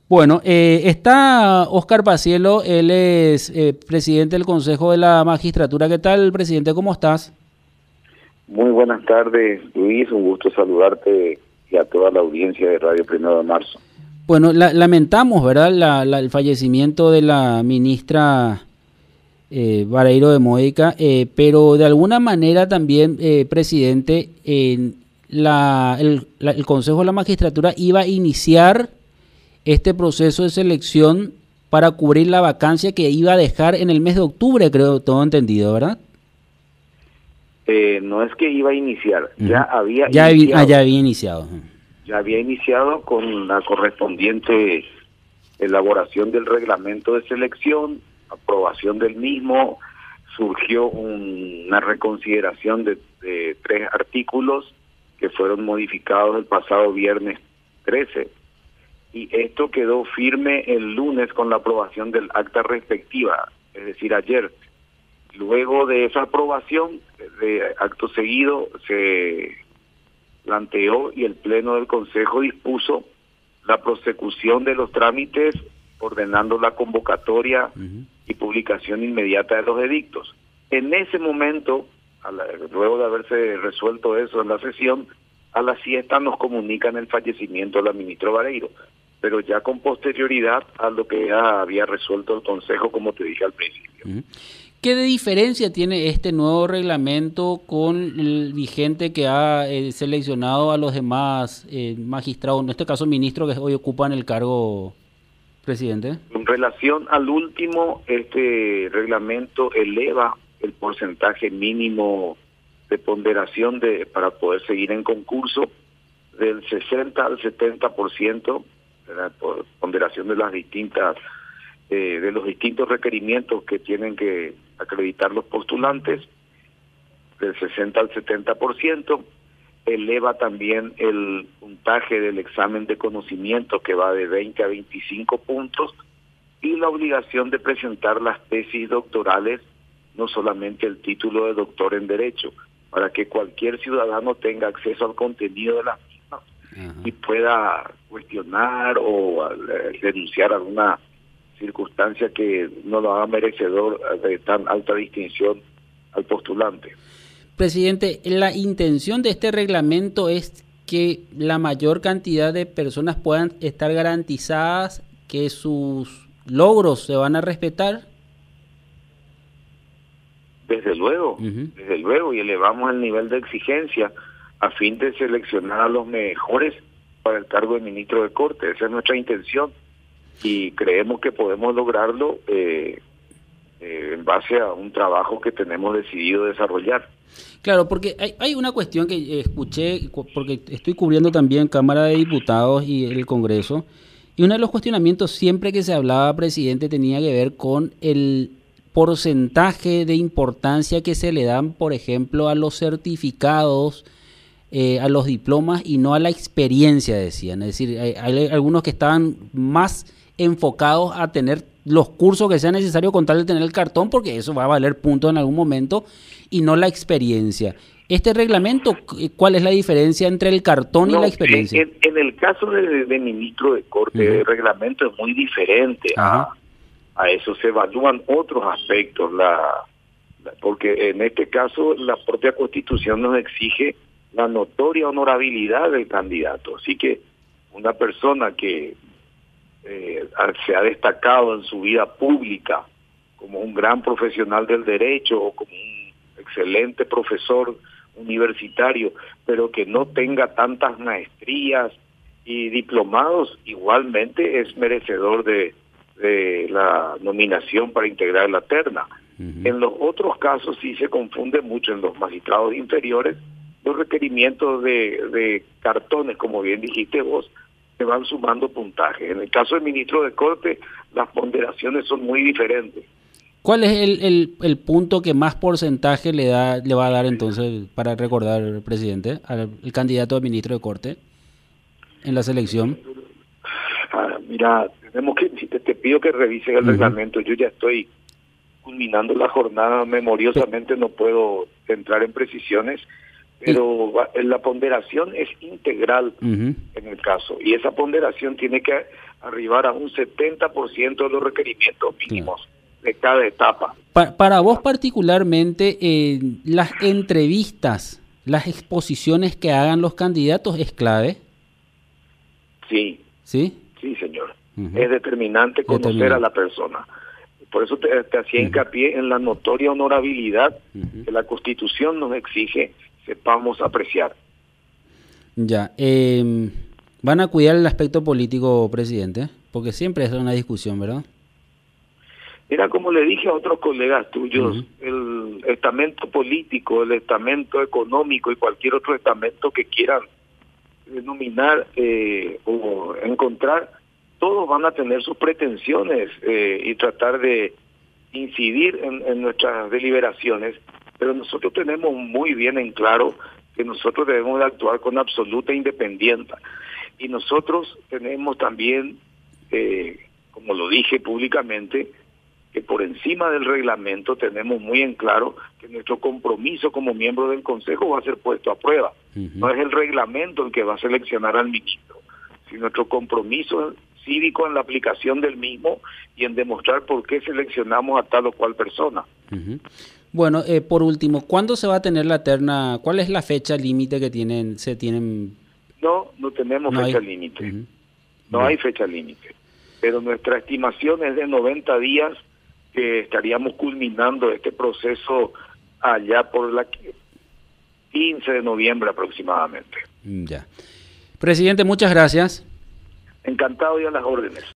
Bueno, está Óscar Paciello, él es presidente del Consejo de la Magistratura. ¿Qué tal, presidente? ¿Cómo estás? Muy buenas tardes, Luis. Un gusto saludarte y a toda la audiencia de Radio 1 de Marzo. Bueno, lamentamos, ¿verdad?, el fallecimiento de la ministra Vareiro de Mójica, pero de alguna manera también, presidente, el Consejo de la Magistratura iba a iniciar este proceso de selección para cubrir la vacancia que iba a dejar en el mes de octubre, creo, todo entendido, ¿verdad? No es que iba a iniciar, ya había ya iniciado. Ya había iniciado. Ya había iniciado con la correspondiente elaboración del reglamento de selección, aprobación del mismo. Surgió una reconsideración de 3 artículos que fueron modificados el pasado viernes 13. Y esto quedó firme el lunes con la aprobación del acta respectiva, es decir, ayer. Luego de esa aprobación, de acto seguido, se planteó y el Pleno del Consejo dispuso la prosecución de los trámites, ordenando la convocatoria y publicación inmediata de los edictos. En ese momento, luego de haberse resuelto eso en la sesión, a la siesta nos comunican el fallecimiento de la ministra Vareiro, pero ya con posterioridad a lo que ya había resuelto el Consejo, como te dije al principio. ¿Qué de diferencia tiene este nuevo reglamento con el vigente que ha seleccionado a los demás magistrados, en este caso ministros que hoy ocupan el cargo, presidente? En relación al último, este reglamento eleva el porcentaje mínimo de ponderación para poder seguir en concurso del 60 al 70%, ¿verdad?, por ponderación de las distintas de los distintos requerimientos que tienen que acreditar los postulantes, del 60 al 70%, eleva también el puntaje del examen de conocimiento, que va de 20 a 25 puntos, y la obligación de presentar las tesis doctorales, no solamente el título de doctor en Derecho, para que cualquier ciudadano tenga acceso al contenido de las mismas y pueda cuestionar o denunciar alguna circunstancia que no lo haga merecedor de tan alta distinción al postulante. Presidente, la intención de este reglamento es que la mayor cantidad de personas puedan estar garantizadas que sus logros se van a respetar. Desde luego, y elevamos el nivel de exigencia a fin de seleccionar a los mejores para el cargo de ministro de Corte. Esa es nuestra intención. Y creemos que podemos lograrlo en base a un trabajo que tenemos decidido desarrollar. Claro, porque hay una cuestión que escuché, porque estoy cubriendo también Cámara de Diputados y el Congreso, y uno de los cuestionamientos siempre que se hablaba, presidente, tenía que ver con el porcentaje de importancia que se le dan, por ejemplo, a los certificados, a los diplomas y no a la experiencia, decían. Es decir, hay algunos que estaban más enfocados a tener los cursos que sea necesario con tal de tener el cartón, porque eso va a valer puntos en algún momento, y no la experiencia. Este reglamento, ¿cuál es la diferencia entre el cartón y la experiencia? En el caso de ministro de Corte, el reglamento es muy diferente. A eso se evalúan otros aspectos, porque en este caso la propia Constitución nos exige la notoria honorabilidad del candidato. Así que una persona que se ha destacado en su vida pública como un gran profesional del derecho o como un excelente profesor universitario, pero que no tenga tantas maestrías y diplomados, igualmente es merecedor de la nominación para integrar la terna. En los otros casos sí se confunde mucho en los magistrados inferiores los requerimientos de cartones, como bien dijiste vos, que van sumando puntaje. En el caso del ministro de Corte, las ponderaciones son muy diferentes. ¿Cuál es el punto que más porcentaje le va a dar entonces, para recordar, presidente, al candidato a ministro de Corte en la selección? Mira, te pido que revises el reglamento. Yo ya estoy culminando la jornada memoriosamente, no puedo entrar en precisiones, pero la ponderación es integral en el caso, y esa ponderación tiene que arribar a un 70% de los requerimientos mínimos de cada etapa. Para vos particularmente, las entrevistas, las exposiciones que hagan los candidatos es clave. Sí. ¿Sí? Sí, señor. Es determinante conocer a la persona. Por eso te hacía hincapié en la notoria honorabilidad que la Constitución nos exige, sepamos apreciar. Ya. ¿Van a cuidar el aspecto político, presidente? Porque siempre es una discusión, ¿verdad? Mira, como le dije a otros colegas tuyos, el estamento político, el estamento económico y cualquier otro estamento que quieran denominar o encontrar, todos van a tener sus pretensiones y tratar de incidir en nuestras deliberaciones, pero nosotros tenemos muy bien en claro que nosotros debemos de actuar con absoluta independencia. Y nosotros tenemos también, como lo dije públicamente, que por encima del reglamento tenemos muy en claro que nuestro compromiso como miembro del Consejo va a ser puesto a prueba. No es el reglamento el que va a seleccionar al ministro, sino nuestro compromiso cívico en la aplicación del mismo y en demostrar por qué seleccionamos a tal o cual persona. Bueno, por último, ¿cuándo se va a tener la terna? ¿Cuál es la fecha límite que se tienen? No tenemos fecha límite. No hay fecha límite. Pero nuestra estimación es de 90 días que estaríamos culminando este proceso allá por la 15 de noviembre aproximadamente. Ya. Presidente, muchas gracias. Encantado y a las órdenes.